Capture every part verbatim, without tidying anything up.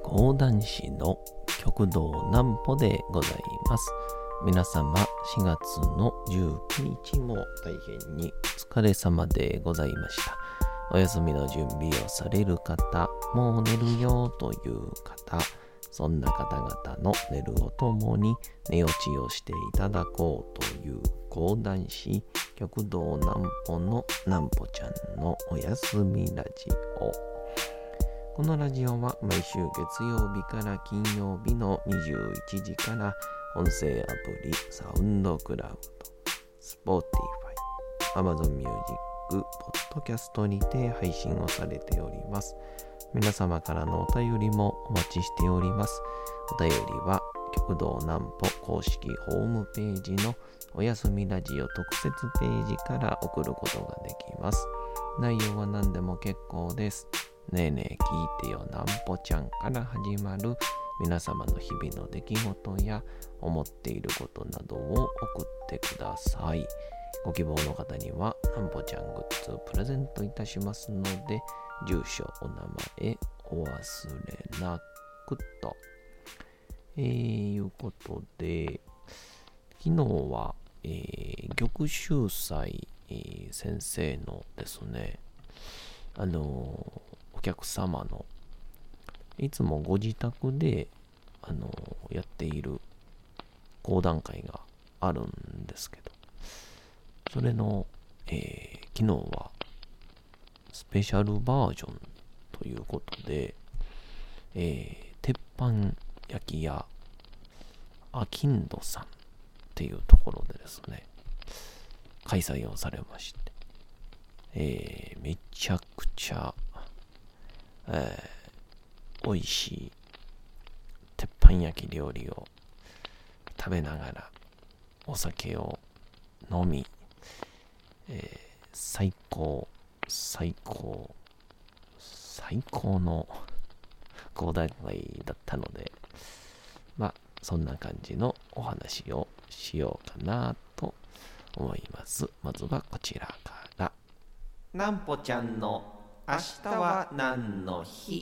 講談師の極道南歩でございます。皆様しがつのじゅうくにちも大変にお疲れ様でございました。お休みの準備をされる方、もう寝るよという方、そんな方々の寝るをともに寝落ちをしていただこうという講談師極道南歩の南歩ちゃんのおやすみラジオ。このラジオは毎週月曜日から金曜日のにじゅういちじから音声アプリサウンドクラウド、Spotify、Amazon Music、ポッドキャストにて配信をされております。皆様からのお便りもお待ちしております。お便りは極道南歩公式ホームページのおやすみラジオ特設ページから送ることができます。内容は何でも結構です。ねえねえ聞いてよ南歩ちゃんから始まる皆様の日々の出来事や思っていることなどを送ってください。ご希望の方には南歩ちゃんグッズをプレゼントいたしますので、住所お名前お忘れなくと、えー、いうことで、昨日は、えー、玉秀斎、えー、先生のですね、あのー、お客様のいつもご自宅で、あのー、やっている講談会があるんですけど、それの、えー、昨日はスペシャルバージョンということで、えー、鉄板焼き屋あきんどさんっていうところでですね、開催をされまして、えー、めちゃくちゃ、えー、美味しい鉄板焼き料理を食べながらお酒を飲み、えー、最高最高最高の講談会だったので、まあそんな感じのお話をしようかなと思います。まずはこちらから。南歩ちゃんの明日は何の日。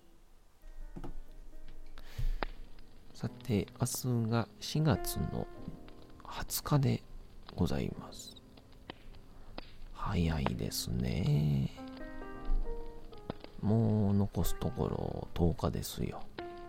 さて、明日がしがつのはつかでございます。早いですね。もう残すところとおかですよ。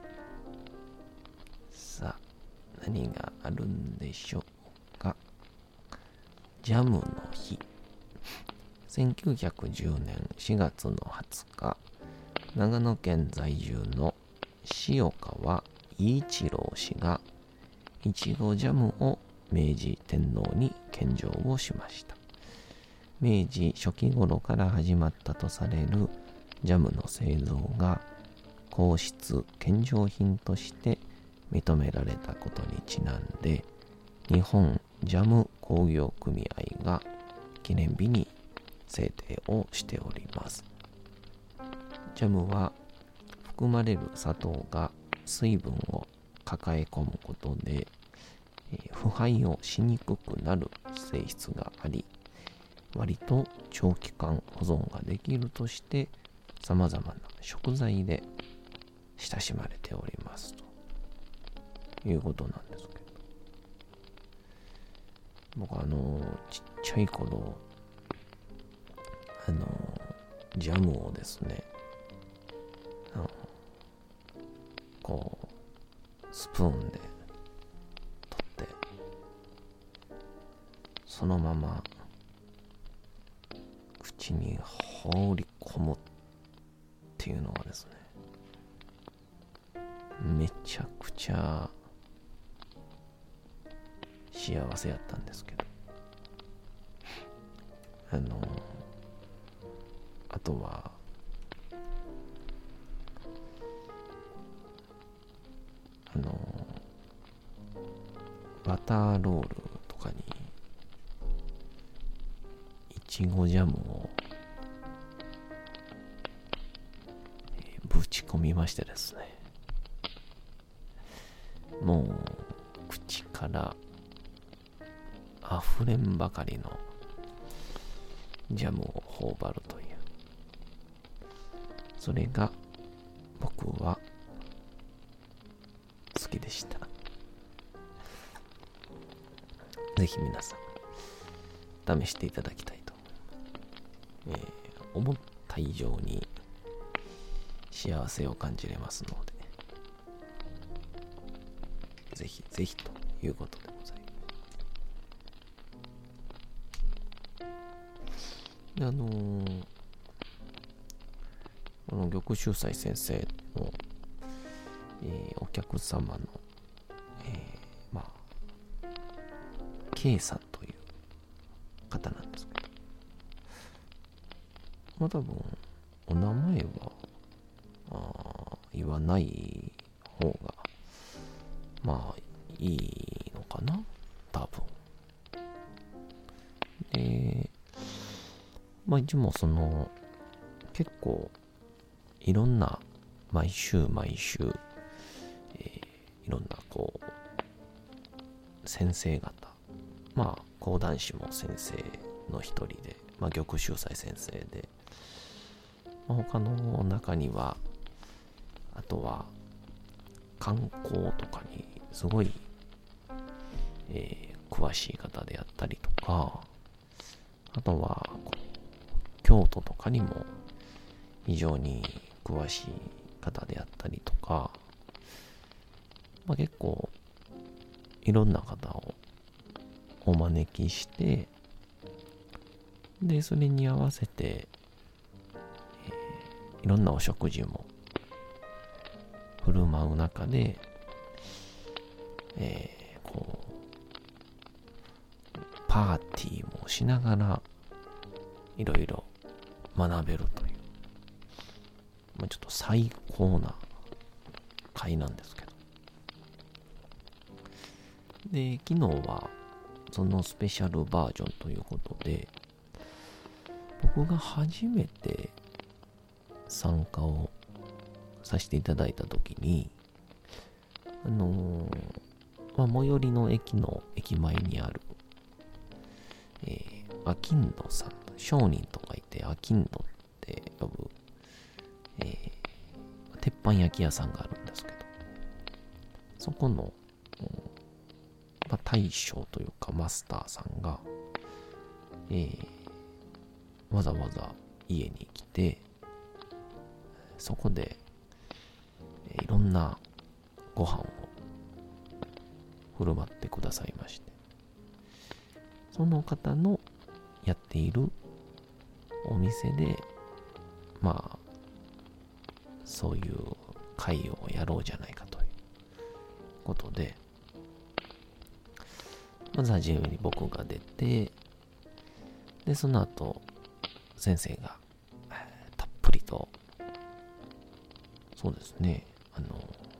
さあ、何があるんでしょうか。ジャムの日。せんきゅうひゃくじゅうねんしがつのはつか、長野県在住の塩川伊一郎氏がいちごジャムを明治天皇に献上をしました。明治初期頃から始まったとされるジャムの製造が皇室献上品として認められたことにちなんで、日本ジャム工業組合が記念日に制定をしております。ジャムは含まれる砂糖が水分を抱え込むことで、腐敗をしにくくなる性質があり、割と長期間保存ができるとして様々な食材で親しまれておりますということなんですけど、僕あのちっちゃい頃あのジャムをですね、あのこうスプーンで取ってそのまま口に放り込むっていうのがですね、めちゃくちゃ幸せやったんですけど、あのあとはあのバターロールとかにいちごジャムをぶち込みましてですね、もう口から溢れんばかりのジャムを頬張るという、それが僕はきでした。ぜひ皆さん試していただきたいと思います。えー、思った以上に幸せを感じれますので、ぜひぜひということでございます。であのー、この玉秀斎先生の、えー、お客様の、えー、まあ K さんという方なんですけど、まあ多分お名前はあ言わない方がまあいいのかな、多分。で、まあ一応その結構いろんな毎週毎週、えー、いろんなこう先生方、まあ講談師も先生の一人で、まあ玉秀斎先生で、まあ、他の中にはあとは観光とかにすごい、えー、詳しい方であったりとか、あとは京都とかにも非常に詳しい方であったりとか、まあ、結構いろんな方をお招きして、でそれに合わせて、えー、いろんなお食事も振る舞う中で、えー、こうパーティーもしながらいろいろ学べるという、まあ、ちょっと最高な会なんですけど、で昨日はそのスペシャルバージョンということで、僕が初めて参加をさせていただいたときに、あのー、まあ、最寄りの駅の駅前にある、えー、アキンドさん、商人とかいてアキンドって呼ぶ、えー、鉄板焼き屋さんがあるんですけど、そこの、まあ、大将というかマスターさんが、えー、わざわざ家に来て、そこでいろんなご飯を振る舞ってくださいまして、その方のやっているお店で、まあそういう会をやろうじゃないかということで、まずはじめに僕が出て、でその後先生がたっぷりと、そうですね、あの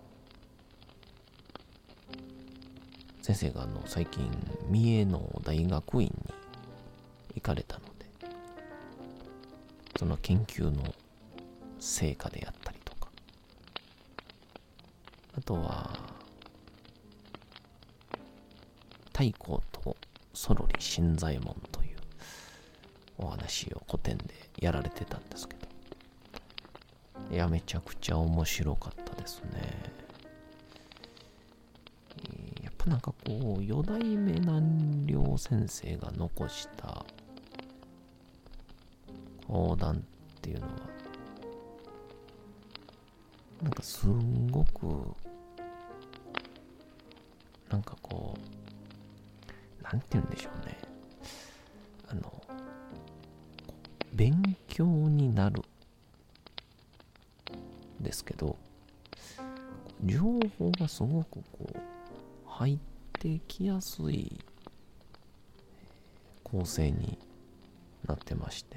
先生があの最近三重の大学院に行かれたので、その研究の成果であったりとか、あとは太閤とそろり新左衛門というお話を古典でやられてたんですけど、いやめちゃくちゃ面白かったですね。やっぱなんかこう四代目南陵先生が残した講談っていうのはなんかすんごくなんかこうなんて言うんでしょうね、あの勉強になるんですけど、情報がすごくこう入ってきやすい構成になってまして、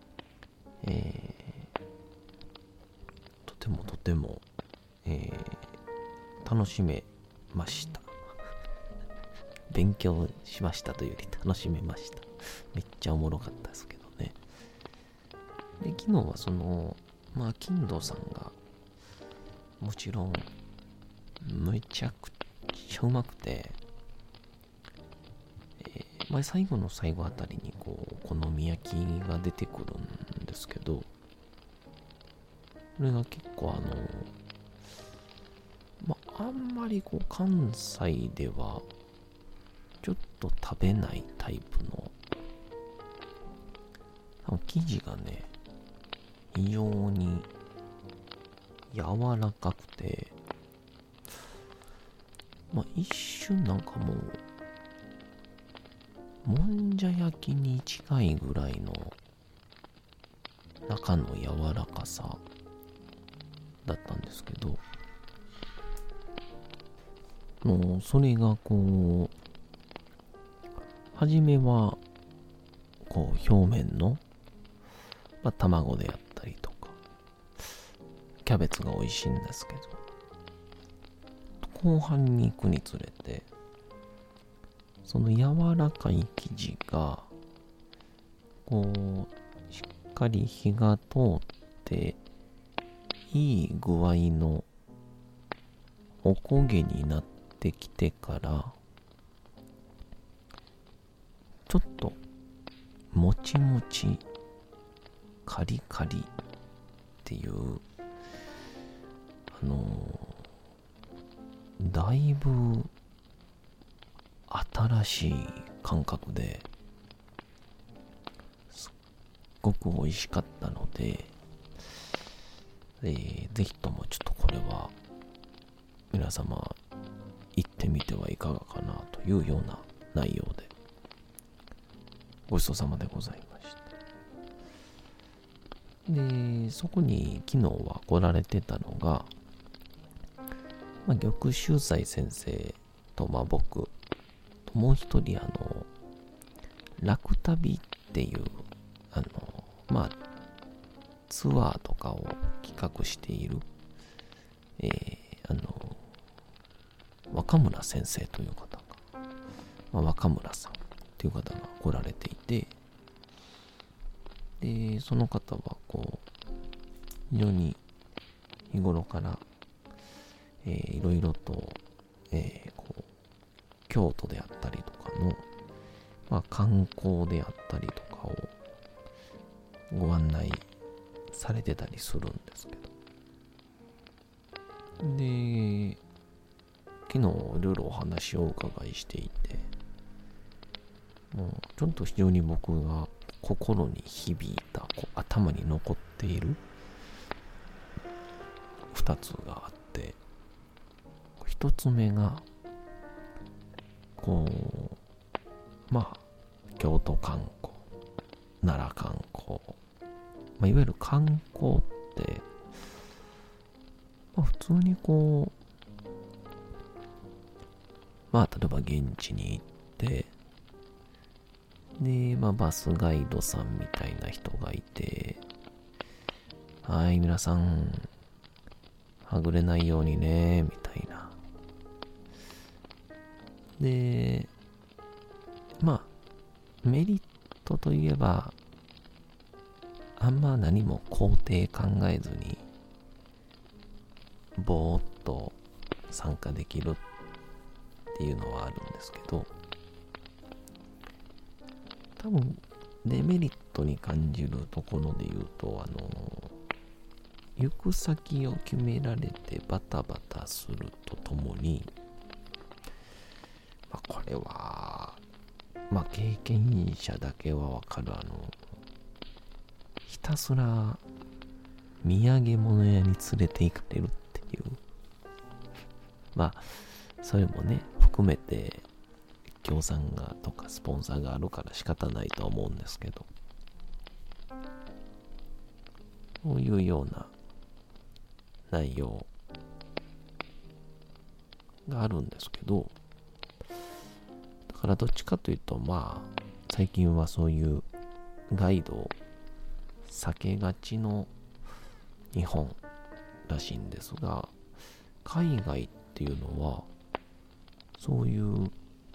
えー、とてもとても、えー、楽しめました勉強しましたというより楽しめました。めっちゃおもろかったですけどね。で昨日はそのまあ金堂さんがもちろんめちゃくちゃうまくて、えーまあ、最後の最後あたりにこうお好み焼きが出てくるんですけど、これが結構あのまああんまりこう関西ではちょっと食べないタイプの生地がね非常に柔らかくて、まあ一瞬なんかもうもんじゃ焼きに近いぐらいの中の柔らかさだったんですけど、もうそれがこう初めはこう表面の、まあ、卵であったりとかキャベツが美味しいんですけど、後半に行くにつれてその柔らかい生地がこうしっかり火が通っていい具合のおこげになってきてからちょっともちもちカリカリっていうあのー、だいぶ新しい感覚ですっごく美味しかったので、えー、ぜひともちょっとこれは皆様行ってみてはいかがかなというような内容でごちそうさまでございました。で、そこに昨日は来られてたのが、まあ、玉秀斎先生と、まあ、僕ともう一人あの楽旅っていうあのまあツアーとかを企画している、えー、あの若村先生という方が、まあ、若村さんという方が来られていて、でその方はこう非常に日頃から、えー、いろいろと、えー、こう京都であったりとかの、まあ、観光であったりとかをご案内されてたりするんですけど、で昨日いろいろお話をお伺いしていて、もうちょっと非常に僕が心に響いた、こう頭に残っている二つがあって、一つ目がこうまあ京都観光、奈良観光、まあ、いわゆる観光って、まあ、普通にこうまあ例えば現地に行ってで、まあ、バスガイドさんみたいな人がいて、はい、皆さん、はぐれないようにね、みたいな。で、まあ、メリットといえば、あんま何も工程考えずに、ぼーっと参加できるっていうのはあるんですけど、多分デメリットに感じるところで言うと、あの行く先を決められてバタバタするとともに、まあ、これはまあ経験者だけはわかる、あのひたすら土産物屋に連れて行かれるっていう、まあそれもね含めて協賛がとかスポンサーがあるから仕方ないとは思うんですけど、こういうような内容があるんですけど、だからどっちかというと、まあ最近はそういうガイドを避けがちの日本らしいんですが、海外っていうのはそういう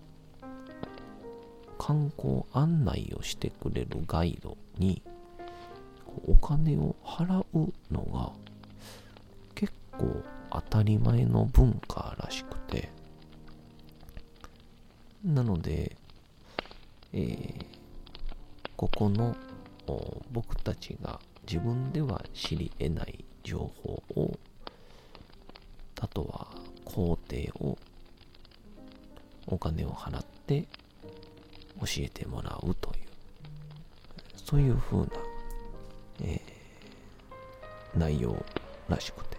観光案内をしてくれるガイドにお金を払うのが結構当たり前の文化らしくて、なので、えー、ここの僕たちが自分では知り得ない情報を、あとは工程をお金を払って教えてもらうという、そういう風な、えー、内容らしくて。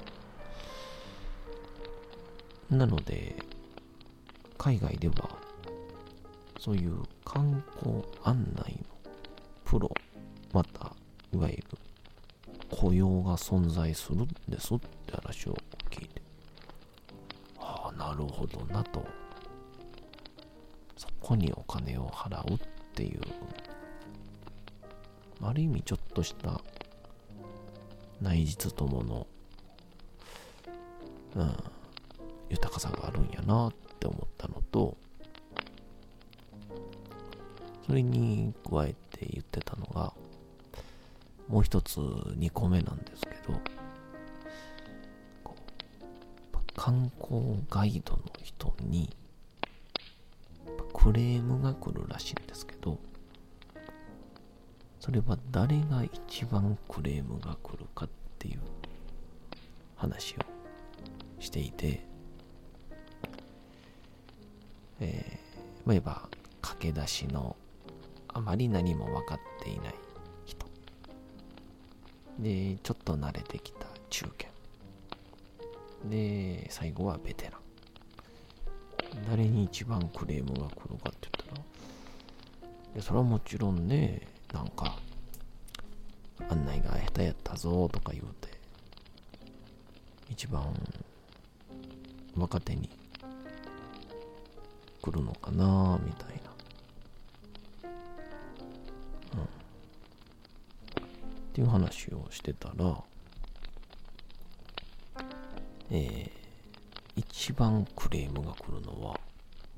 なので、海外では、そういう観光案内のプロ、また、いわゆる雇用が存在するんですって話を聞いて、ああ、なるほどなと。そこにお金を払うっていう、ある意味ちょっとした内実友の、うん、豊かさがあるんやなって思ったのと、それに加えて言ってたのが、もう一つにこめなんですけど、観光ガイドの人にクレームが来るらしいんですけど、それは誰が一番クレームが来るかっていう話をしていて、えー、まあ、言えば駆け出しのあまり何も分かっていない人で、ちょっと慣れてきた中堅で、最後はベテラン。誰に一番クレームが来るかって言ったら、いや、それはもちろんね、なんか案内が下手やったぞとか言うて、一番若手に来るのかなみたいな、うん、っていう話をしてたら、えー、一番クレームが来るのは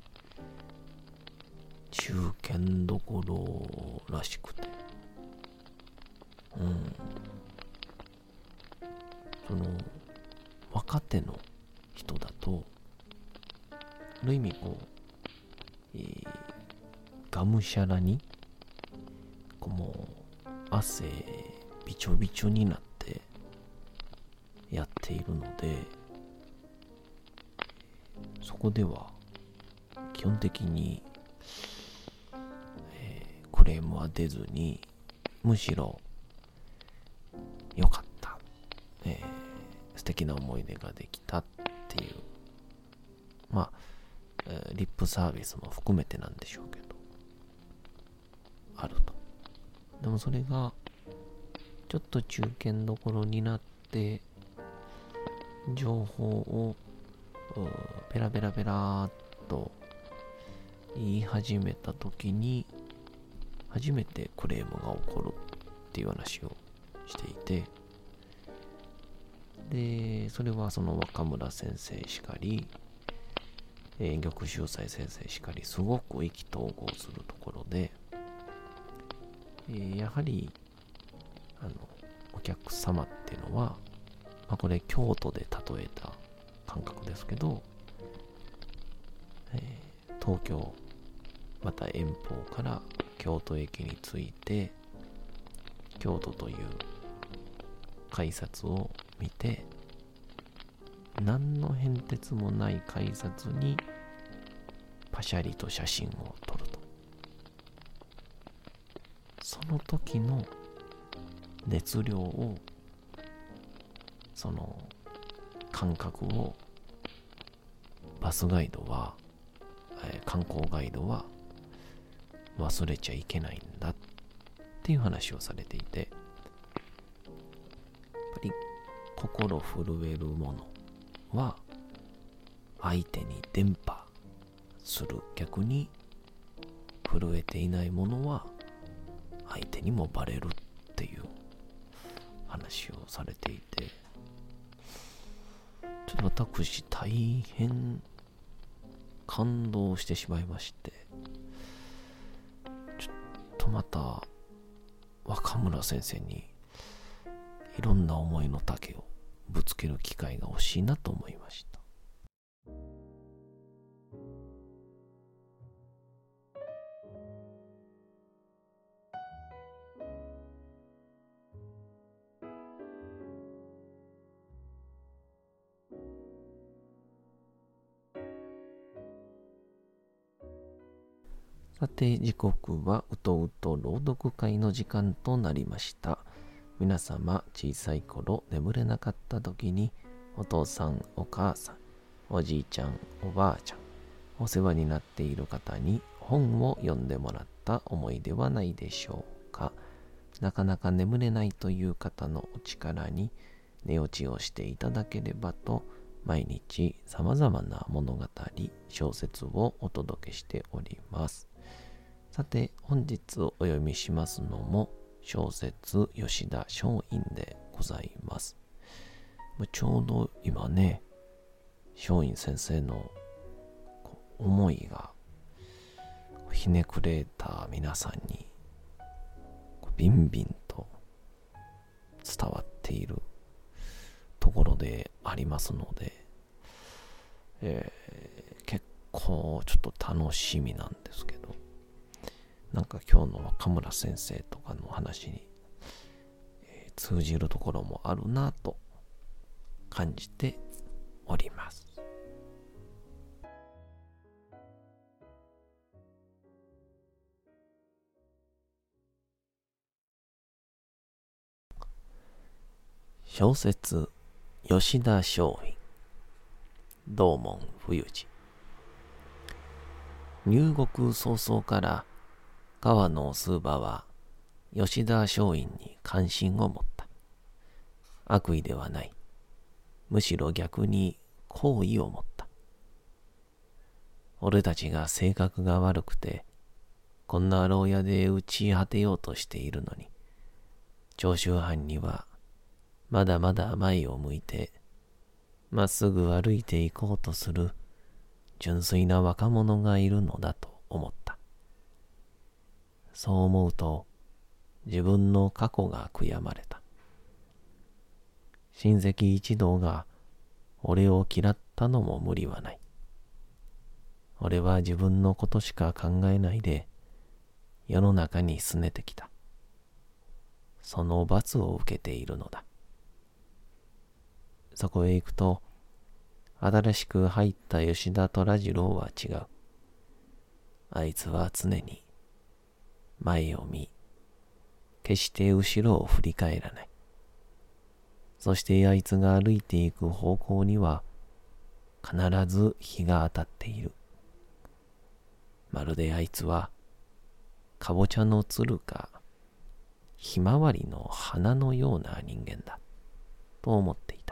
中堅どころらしくて、うん、その若手の人だと、ある意味こう、えー、がむしゃらにこうもう汗びちょびちょになってやっているので、そこでは基本的に、えー、クレームは出ずに、むしろ良かった、えー、素敵な思い出ができたっていう、まあ、えー、リップサービスも含めてなんでしょうけど、あると。でもそれがちょっと中堅どころになって、情報をペラペラペラーっと言い始めた時に初めてクレームが起こるっていう話をしていて、でそれはその若村先生しかり、えー、玉秀斎先生しかり、すごく意気投合するところで、えー、やはりあのお客様っていうのは、まあ、これ京都で例えた感覚ですけど、えー、東京また遠方から京都駅に着いて、京都という改札を見て、何の変哲もない改札にパシャリと写真を撮ると、その時の熱量を、その感覚をバスガイドは、えー、観光ガイドは忘れちゃいけないんだっていう話をされていて、やっぱり心震えるものは相手に伝播する、逆に震えていないものは相手にもバレるっていう話をされていて、ちょっと私大変感動してしまいまして、ちょっとまた若村先生にいろんな思いの丈をぶつける機会が欲しいなと思いました。 さて、時刻はうとうと朗読会の時間となりました。皆様、小さい頃眠れなかった時に、お父さん、お母さん、おじいちゃん、おばあちゃん、お世話になっている方に本を読んでもらった思いではないでしょうか。なかなか眠れないという方のお力に寝落ちをしていただければと、毎日様々な物語、小説をお届けしております。さて、本日お読みしますのも小説吉田松陰でございます。ちょうど今ね、松陰先生の思いがひねくれた皆さんにビンビンと伝わっているところでありますので、えー、結構ちょっと楽しみなんですけど、なんか今日の若村先生とかの話に、えー、通じるところもあるなと感じております。小説吉田松陰道門冬治。入国早々から川の数馬は吉田松陰に関心を持った。悪意ではない。むしろ逆に好意を持った。俺たちが性格が悪くて、こんな牢屋で打ち果てようとしているのに、長州藩にはまだまだ前を向いて、まっすぐ歩いていこうとする純粋な若者がいるのだと思った。そう思うと、自分の過去が悔やまれた。親戚一同が俺を嫌ったのも無理はない。俺は自分のことしか考えないで世の中に拗ねてきた。その罰を受けているのだ。そこへ行くと、新しく入った吉田虎次郎は違う。あいつは常に前を見、決して後ろを振り返らない。そしてあいつが歩いていく方向には必ず日が当たっている。まるであいつはかぼちゃのつるかひまわりの花のような人間だと思っていた。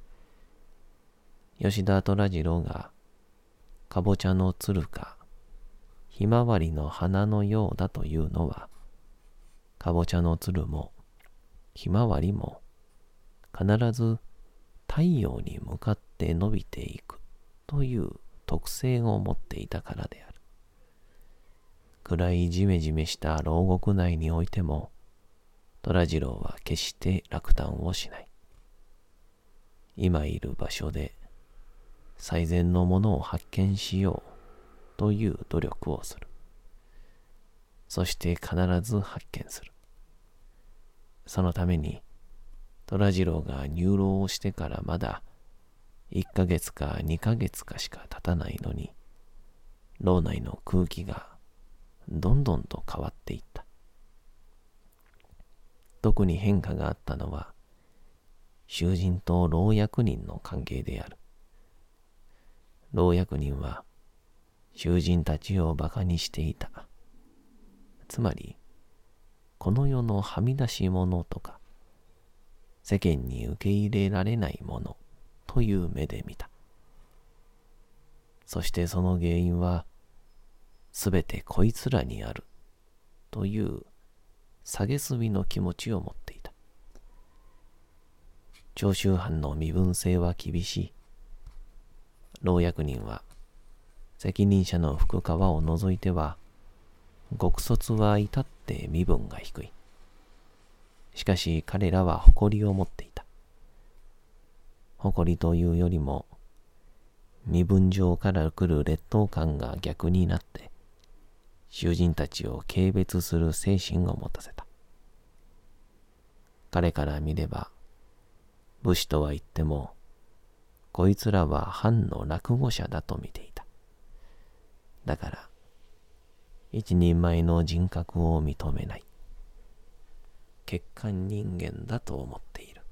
吉田虎次郎がかぼちゃのつるかひまわりの花のようだというのは、かぼちゃのつるもひまわりも必ず太陽に向かって伸びていくという特性を持っていたからである。暗いジメジメした牢獄内においても、虎次郎は決して落胆をしない。今いる場所で最善のものを発見しようという努力をする。そして必ず発見する。そのために、虎次郎が入牢をしてからまだいっかげつかにかげつかしか経たないのに、牢内の空気がどんどんと変わっていった。特に変化があったのは、囚人と牢役人の関係である。牢役人は囚人たちを馬鹿にしていた。つまり、この世のはみ出し者とか、世間に受け入れられないものという目で見た。そしてその原因は、すべてこいつらにあるという蔑みの気持ちを持っていた。長州藩の身分制は厳しい。牢役人は責任者の福川を除いては獄卒は至って身分が低い。しかし彼らは誇りを持っていた。誇りというよりも身分上から来る劣等感が逆になって囚人たちを軽蔑する精神を持たせた。彼から見れば武士とは言ってもこいつらは藩の落後者だと見ていた。だから一人前の人格を認めない。欠陥人間だと思っている。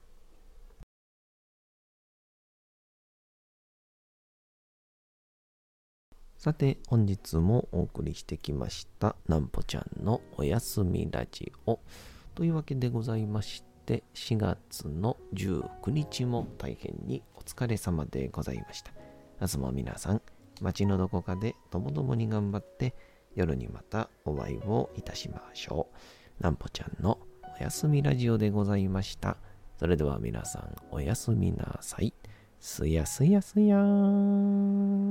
さて、本日もお送りしてきました、なんぽちゃんのおやすみラジオ。というわけでございまして、しがつのじゅうくにちも大変にお疲れ様でございました。明日も皆さん、街のどこかでともどもに頑張って、夜にまたお会いをいたしましょう。なんぽちゃんのおやすみラジオでございました。それでは皆さん、おやすみなさい。すやすやすやーん。